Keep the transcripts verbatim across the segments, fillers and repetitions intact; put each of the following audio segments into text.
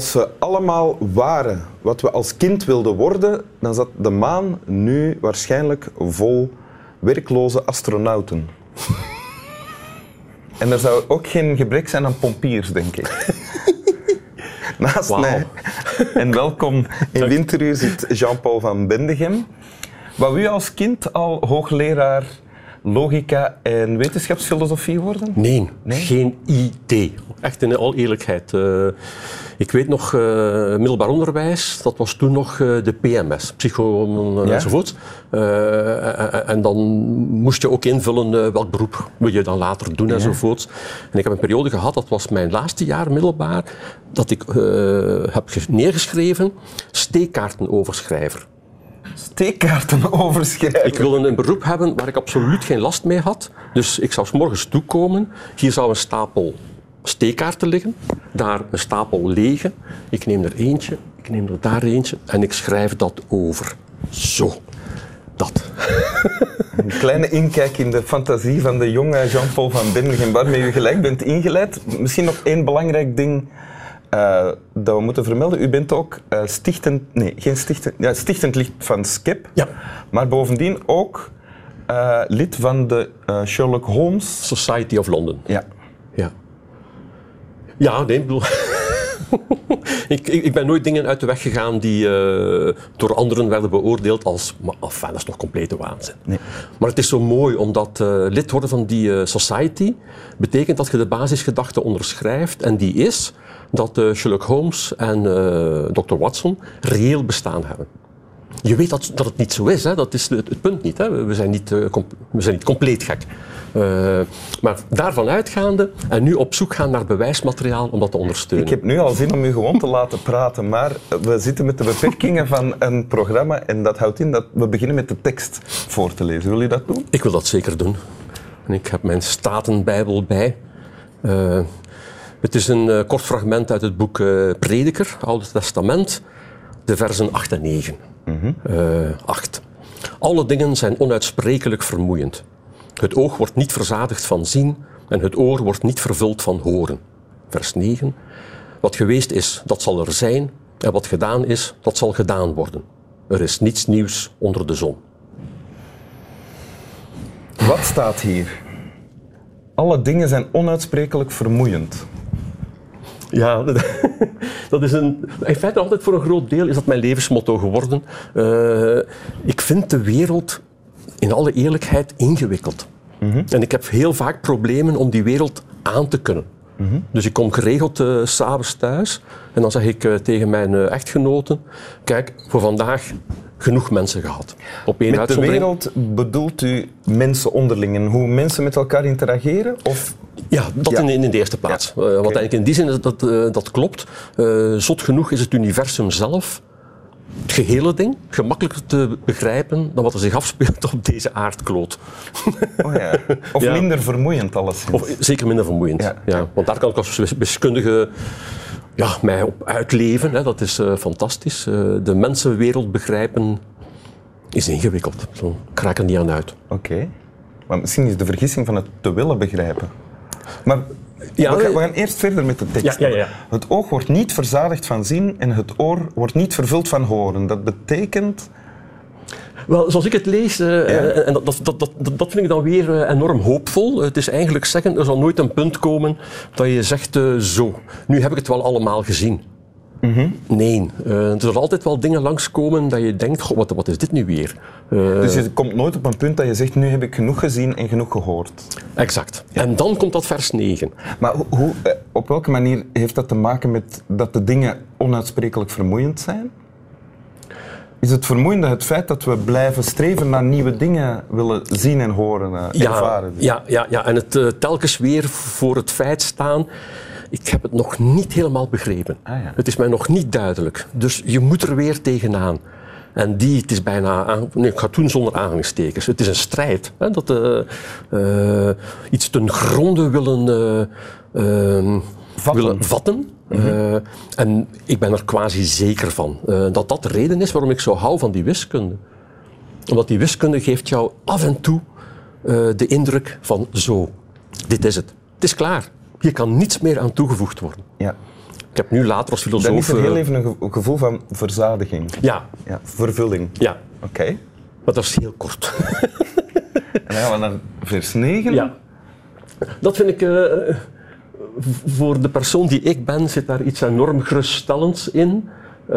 als we allemaal waren wat we als kind wilden worden, dan zat de maan nu waarschijnlijk vol werkloze astronauten. En er zou ook geen gebrek zijn aan pompiers, denk ik. Naast wow. mij. En welkom in Winteruur zit Jean-Paul van Bendegem. Wou u als kind al hoogleraar logica en wetenschapsfilosofie worden? Nee, nee? geen idee. Echt in alle eerlijkheid. Uh, ik weet nog, uh, middelbaar onderwijs, dat was toen nog uh, de P M S, psycho uh, ja. enzovoort. Uh, en dan moest je ook invullen uh, welk beroep wil je dan later doen ja. enzovoort. En ik heb een periode gehad, dat was mijn laatste jaar middelbaar, dat ik uh, heb neergeschreven steekkaartenoverschrijver. Steekkaarten overschrijven. Ik wilde een beroep hebben waar ik absoluut geen last mee had. Dus ik zou 's morgens toekomen. Hier zou een stapel steekkaarten liggen. Daar een stapel lege. Ik neem er eentje. Ik neem er daar eentje. En ik schrijf dat over. Zo. Dat. Een kleine inkijk in de fantasie van de jonge Jean-Paul van Bendegem, waarmee u gelijk bent ingeleid. Misschien nog één belangrijk ding Uh, dat we moeten vermelden. U bent ook uh, stichtend, nee, geen stichtend, ja, stichtend lid van S C E P, ja. maar bovendien ook uh, lid van de uh, Sherlock Holmes Society of London. Ja. Ja, ja nee, ik bedoel... ik, ik, ik ben nooit dingen uit de weg gegaan die uh, door anderen werden beoordeeld als... Maar, enfin, dat is toch complete waanzin. Nee. Maar het is zo mooi, omdat uh, lid worden van die uh, society betekent dat je de basisgedachte onderschrijft. En die is dat uh, Sherlock Holmes en uh, dokter Watson reëel bestaan hebben. Je weet dat, dat het niet zo is, hè? Dat is het, het punt niet. Hè? We, zijn niet uh, comp- we zijn niet compleet gek. Uh, maar daarvan uitgaande en nu op zoek gaan naar bewijsmateriaal om dat te ondersteunen. Ik heb nu al zin om u gewoon te laten praten, maar we zitten met de beperkingen van een programma en dat houdt in dat we beginnen met de tekst voor te lezen. Wil u dat doen? Ik wil dat zeker doen. En ik heb mijn Statenbijbel bij. Uh, het is een uh, kort fragment uit het boek uh, Prediker, Oude Testament, de versen acht en negen. Mm-hmm. Uh, acht. Alle dingen zijn onuitsprekelijk vermoeiend. Het oog wordt niet verzadigd van zien en het oor wordt niet vervuld van horen. Vers negen. Wat geweest is, dat zal er zijn en wat gedaan is, dat zal gedaan worden. Er is niets nieuws onder de zon. Wat staat hier? Alle dingen zijn onuitsprekelijk vermoeiend. Ja, dat is een... In feite altijd voor een groot deel is dat mijn levensmotto geworden. Uh, ik vind de wereld, in alle eerlijkheid, ingewikkeld. Mm-hmm. En ik heb heel vaak problemen om die wereld aan te kunnen. Mm-hmm. Dus ik kom geregeld uh, 's avonds thuis en dan zeg ik uh, tegen mijn uh, echtgenoten, kijk, voor vandaag genoeg mensen gehad. Op één met de wereld bedoelt u mensen onderling en hoe mensen met elkaar interageren? Of... Ja, dat ja. In, in de eerste plaats. Ja. Uh, want okay. eigenlijk in die zin is dat, uh, dat klopt. Uh, zot genoeg is het universum zelf, het gehele ding, gemakkelijker te begrijpen dan wat er zich afspeelt op deze aardkloot. Oh ja. Of ja. minder vermoeiend alleszins. Of zeker minder vermoeiend, ja. Ja. Want daar kan ik als wiskundige ja, mij op uitleven. Hè. Dat is uh, fantastisch. Uh, de mensenwereld begrijpen is ingewikkeld. Zo ik raak er niet aan uit. Oké. Okay. Maar misschien is de vergissing van het te willen begrijpen. Maar ja, we, gaan, we gaan eerst verder met de tekst. Ja, ja, ja. Het oog wordt niet verzadigd van zien en het oor wordt niet vervuld van horen. Dat betekent... Wel, zoals ik het lees, uh, ja. en dat, dat, dat, dat, dat vind ik dan weer uh, enorm hoopvol. Het is eigenlijk zeggen, er zal nooit een punt komen dat je zegt, uh, zo, nu heb ik het wel allemaal gezien. Mm-hmm. Nee, uh, er zullen altijd wel dingen langskomen dat je denkt, goh, wat, wat is dit nu weer? Uh, dus je komt nooit op een punt dat je zegt, nu heb ik genoeg gezien en genoeg gehoord. Exact. Ja. En dan komt dat vers negen. Maar hoe, op welke manier heeft dat te maken met dat de dingen onuitsprekelijk vermoeiend zijn? Is het vermoeiende het feit dat we blijven streven naar nieuwe dingen willen zien en horen, uh, ja, ervaren? Ja, ja, ja, en het uh, telkens weer voor het feit staan, ik heb het nog niet helemaal begrepen. Ah, ja. Het is mij nog niet duidelijk. Dus je moet er weer tegenaan. En die, het is bijna, aan, nee, ik ga het doen zonder aanhalingstekens. Het is een strijd. Hè, dat uh, uh, iets ten gronde willen, uh, uh, vatten. willen vatten. Mm-hmm. Uh, en ik ben er quasi zeker van. Uh, dat dat de reden is waarom ik zo hou van die wiskunde. Omdat die wiskunde geeft jou af en toe uh, de indruk van zo, dit is het. Het is klaar. Hier kan niets meer aan toegevoegd worden. Ja. Ik heb nu later als filosoof... Dan is er heel even een ge- gevoel van verzadiging. Ja. Ja, vervulling. Ja. Oké. Okay. Maar dat is heel kort. En dan gaan we naar vers negen. Ja. Dat vind ik... Uh, voor de persoon die ik ben, zit daar iets enorm geruststellends in. Uh,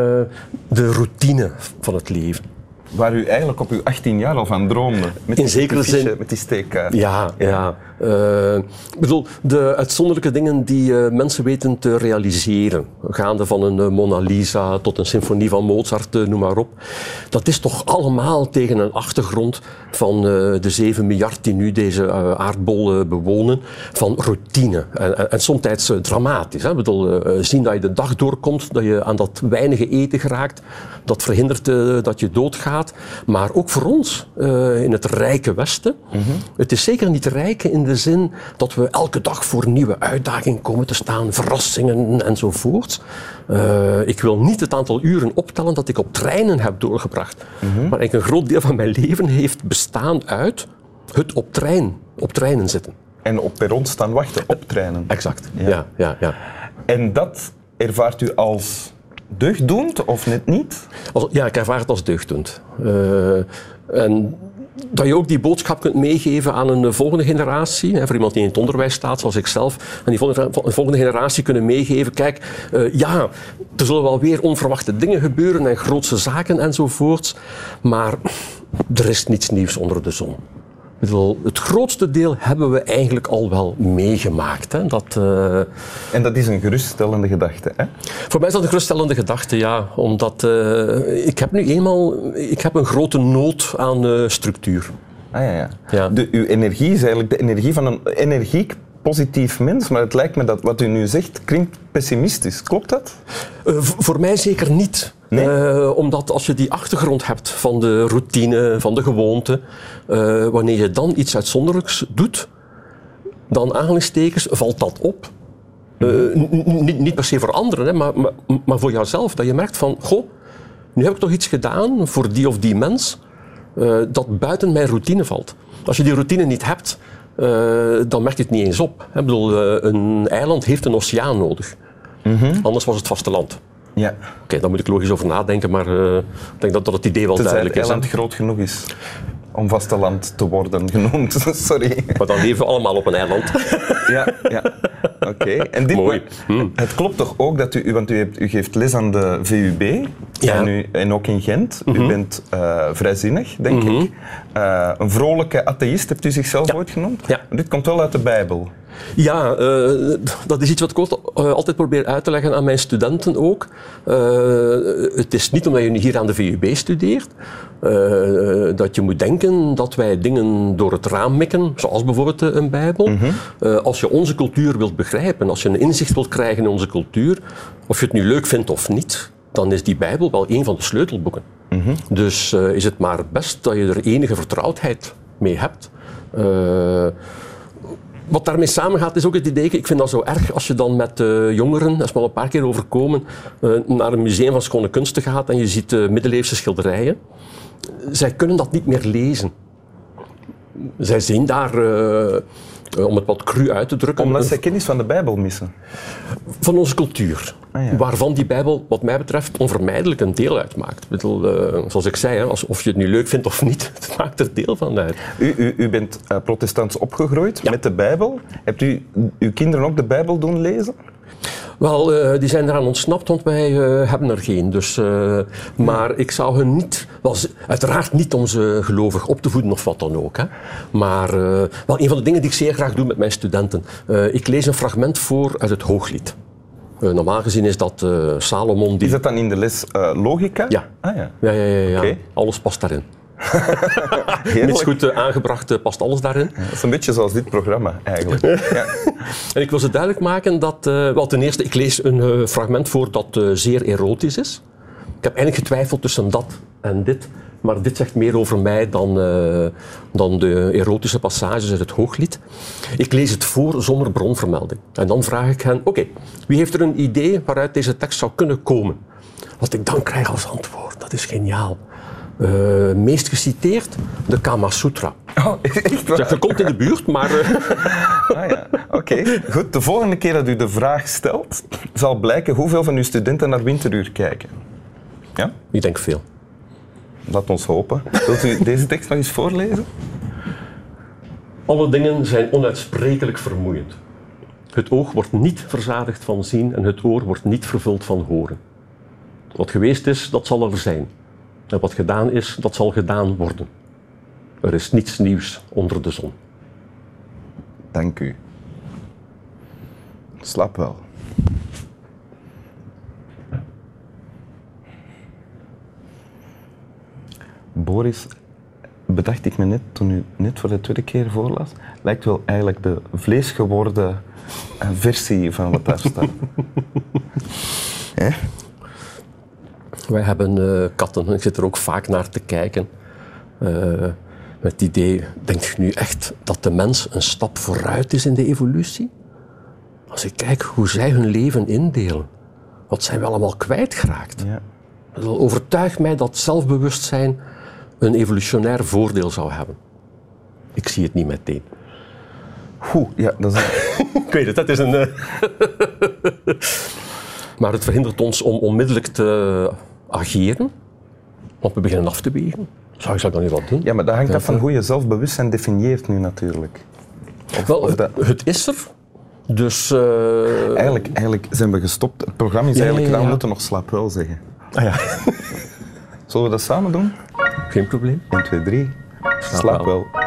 de routine van het leven. Waar u eigenlijk op uw achttien jaar al van droomde. Met in zekere fiche, zin. Met die steekkaart. Ja, ja. ja. Uh, ik bedoel, de uitzonderlijke dingen die uh, mensen weten te realiseren, gaande van een uh, Mona Lisa tot een symfonie van Mozart, uh, noem maar op, dat is toch allemaal tegen een achtergrond van uh, de zeven miljard die nu deze uh, aardbol uh, bewonen, van routine. En, en, en somtijds uh, dramatisch. Hè? Ik bedoel, uh, zien dat je de dag doorkomt, dat je aan dat weinige eten geraakt, dat verhindert uh, dat je doodgaat. Maar ook voor ons, uh, in het rijke Westen, mm-hmm. Het is zeker niet rijk in de zin dat we elke dag voor nieuwe uitdagingen komen te staan, verrassingen enzovoort. Uh, ik wil niet het aantal uren optellen dat ik op treinen heb doorgebracht. Mm-hmm. Maar een groot deel van mijn leven heeft bestaan uit het op, trein, op treinen zitten. En op perron staan wachten, op treinen. Exact, ja. ja, ja, ja. En dat ervaart u als deugddoend of net niet? Als, ja, ik ervaar het als deugddoend. Uh, en dat je ook die boodschap kunt meegeven aan een volgende generatie, hè, voor iemand die in het onderwijs staat, zoals ik zelf, en die volgende, volgende generatie kunnen meegeven, kijk, uh, ja, er zullen wel weer onverwachte dingen gebeuren en grootse zaken enzovoort, maar er is niets nieuws onder de zon. Ik bedoel, het grootste deel hebben we eigenlijk al wel meegemaakt. Hè. Dat, uh... En dat is een geruststellende gedachte, hè? Voor mij is dat een geruststellende gedachte, ja. Omdat uh, ik heb nu eenmaal ik heb een grote nood aan uh, structuur. Ah ja, ja. ja. De, uw energie is eigenlijk de energie van een energiek, positief mens, maar het lijkt me dat wat u nu zegt klinkt pessimistisch. Klopt dat? Uh, v- voor mij zeker niet. Nee? Uh, omdat als je die achtergrond hebt van de routine, van de gewoonte, uh, wanneer je dan iets uitzonderlijks doet, dan aanhalingstekens valt dat op. Uh, n- n- niet, niet per se voor anderen, hè, maar, maar, maar voor jouzelf. Dat je merkt van, goh, nu heb ik toch iets gedaan voor die of die mens uh, dat buiten mijn routine valt. Als je die routine niet hebt, uh, dan merk je het niet eens op. Ik bedoel, uh, een eiland heeft een oceaan nodig. Mm-hmm. Anders was het vasteland. Ja. Oké, okay, daar moet ik logisch over nadenken, maar uh, ik denk dat, dat het idee wel Tenzij duidelijk is. het eiland groot genoeg is om vasteland te worden genoemd. Sorry. Maar dan leven we allemaal op een eiland. Ja, ja. Oké. Okay. En dit mooi. Hmm. Het klopt toch ook dat u, want u, hebt, u geeft les aan de V U B ja. en, u, en ook in Gent. Mm-hmm. U bent uh, vrijzinnig, denk mm-hmm. ik. Uh, een vrolijke atheïst hebt u zichzelf ja. ooit genoemd. Ja. Dit komt wel uit de Bijbel. Ja, uh, dat is iets wat ik altijd probeer uit te leggen aan mijn studenten ook. Uh, het is niet omdat je hier aan de V U B studeert, uh, dat je moet denken dat wij dingen door het raam mikken, zoals bijvoorbeeld een Bijbel. Mm-hmm. Uh, als je onze cultuur wilt begrijpen, als je een inzicht wilt krijgen in onze cultuur, of je het nu leuk vindt of niet, dan is die Bijbel wel een van de sleutelboeken. Mm-hmm. Dus uh, is het maar best dat je er enige vertrouwdheid mee hebt. Uh, Wat daarmee samengaat is ook het idee, ik vind dat zo erg als je dan met uh, jongeren, dat is wel een paar keer overkomen, uh, naar een museum van schone kunsten gaat en je ziet uh, middeleeuwse schilderijen. Zij kunnen dat niet meer lezen. Zij zien daar, uh, uh, om het wat cru uit te drukken... Omdat zij kennis van de Bijbel missen? Van onze cultuur. Ah, ja. Waarvan die Bijbel, wat mij betreft, onvermijdelijk een deel uitmaakt. Ik bedoel, uh, zoals ik zei, hè, als, of je het nu leuk vindt of niet, het maakt er deel van uit. U, u, u bent uh, protestants opgegroeid ja. met de Bijbel. Hebt u uw kinderen ook de Bijbel doen lezen? Wel, uh, die zijn eraan ontsnapt, want wij uh, hebben er geen. Dus, uh, maar ik zou hun niet... Wel, uiteraard niet om ze gelovig op te voeden of wat dan ook. Hè. Maar uh, wel, een van de dingen die ik zeer graag doe met mijn studenten. Uh, ik lees een fragment voor uit het Hooglied. Uh, normaal gezien is dat uh, Salomon die... Is dat dan in de les uh, logica? Ja. Ah, ja. Ja, ja, ja, ja. Okay. Alles past daarin. Mits goed uh, aangebracht uh, past alles daarin. Ja, dat is een beetje zoals dit programma eigenlijk. Ja. En ik wil ze duidelijk maken dat... Uh, wel, ten eerste, ik lees een uh, fragment voor dat uh, zeer erotisch is. Ik heb eigenlijk getwijfeld tussen dat en dit. Maar dit zegt meer over mij dan, uh, dan de erotische passages uit het Hooglied. Ik lees het voor zonder bronvermelding. En dan vraag ik hen, oké, okay, wie heeft er een idee waaruit deze tekst zou kunnen komen? Wat ik dan krijg als antwoord, dat is geniaal. Uh, meest geciteerd, de Kama Sutra. Oh, echt waar? Zeg, je komt in de buurt, maar... Uh... Ah, ja. Oké, okay. Goed. De volgende keer dat u de vraag stelt, zal blijken hoeveel van uw studenten naar Winteruur kijken. Ja? Ik denk veel. Laat ons hopen. Wilt u deze tekst nog eens voorlezen? Alle dingen zijn onuitsprekelijk vermoeiend. Het oog wordt niet verzadigd van zien en het oor wordt niet vervuld van horen. Wat geweest is, dat zal er zijn. En wat gedaan is, dat zal gedaan worden. Er is niets nieuws onder de zon. Dank u. Slaap wel. Boris, bedacht ik me net, toen u net voor de tweede keer voorlas, lijkt wel eigenlijk de vleesgeworden versie van wat daar staat. eh? Wij hebben uh, katten, ik zit er ook vaak naar te kijken. Uh, met het idee, denk je nu echt dat de mens een stap vooruit is in de evolutie? Als ik kijk hoe zij hun leven indelen, wat zijn we allemaal kwijtgeraakt? Ja. Dat overtuigt mij dat zelfbewustzijn een evolutionair voordeel zou hebben. Ik zie het niet meteen. Oeh, ja, dat is een... Ik weet het, dat is een... Uh... maar het verhindert ons om onmiddellijk te ageren, want we beginnen af te wegen. Zou ik dat dan niet wat doen? Ja, maar dat hangt af van hoe je zelfbewustzijn definieert nu natuurlijk. Of, Wel, of dat... Het is er. Dus... Uh... Eigenlijk, eigenlijk zijn we gestopt. Het programma is ja, eigenlijk gedaan. Ja, ja. We moeten nog slaap wel zeggen. Ah, ja. Zullen we dat samen doen? Geen probleem. één, twee, drie. Slaap, slaap wel. wel.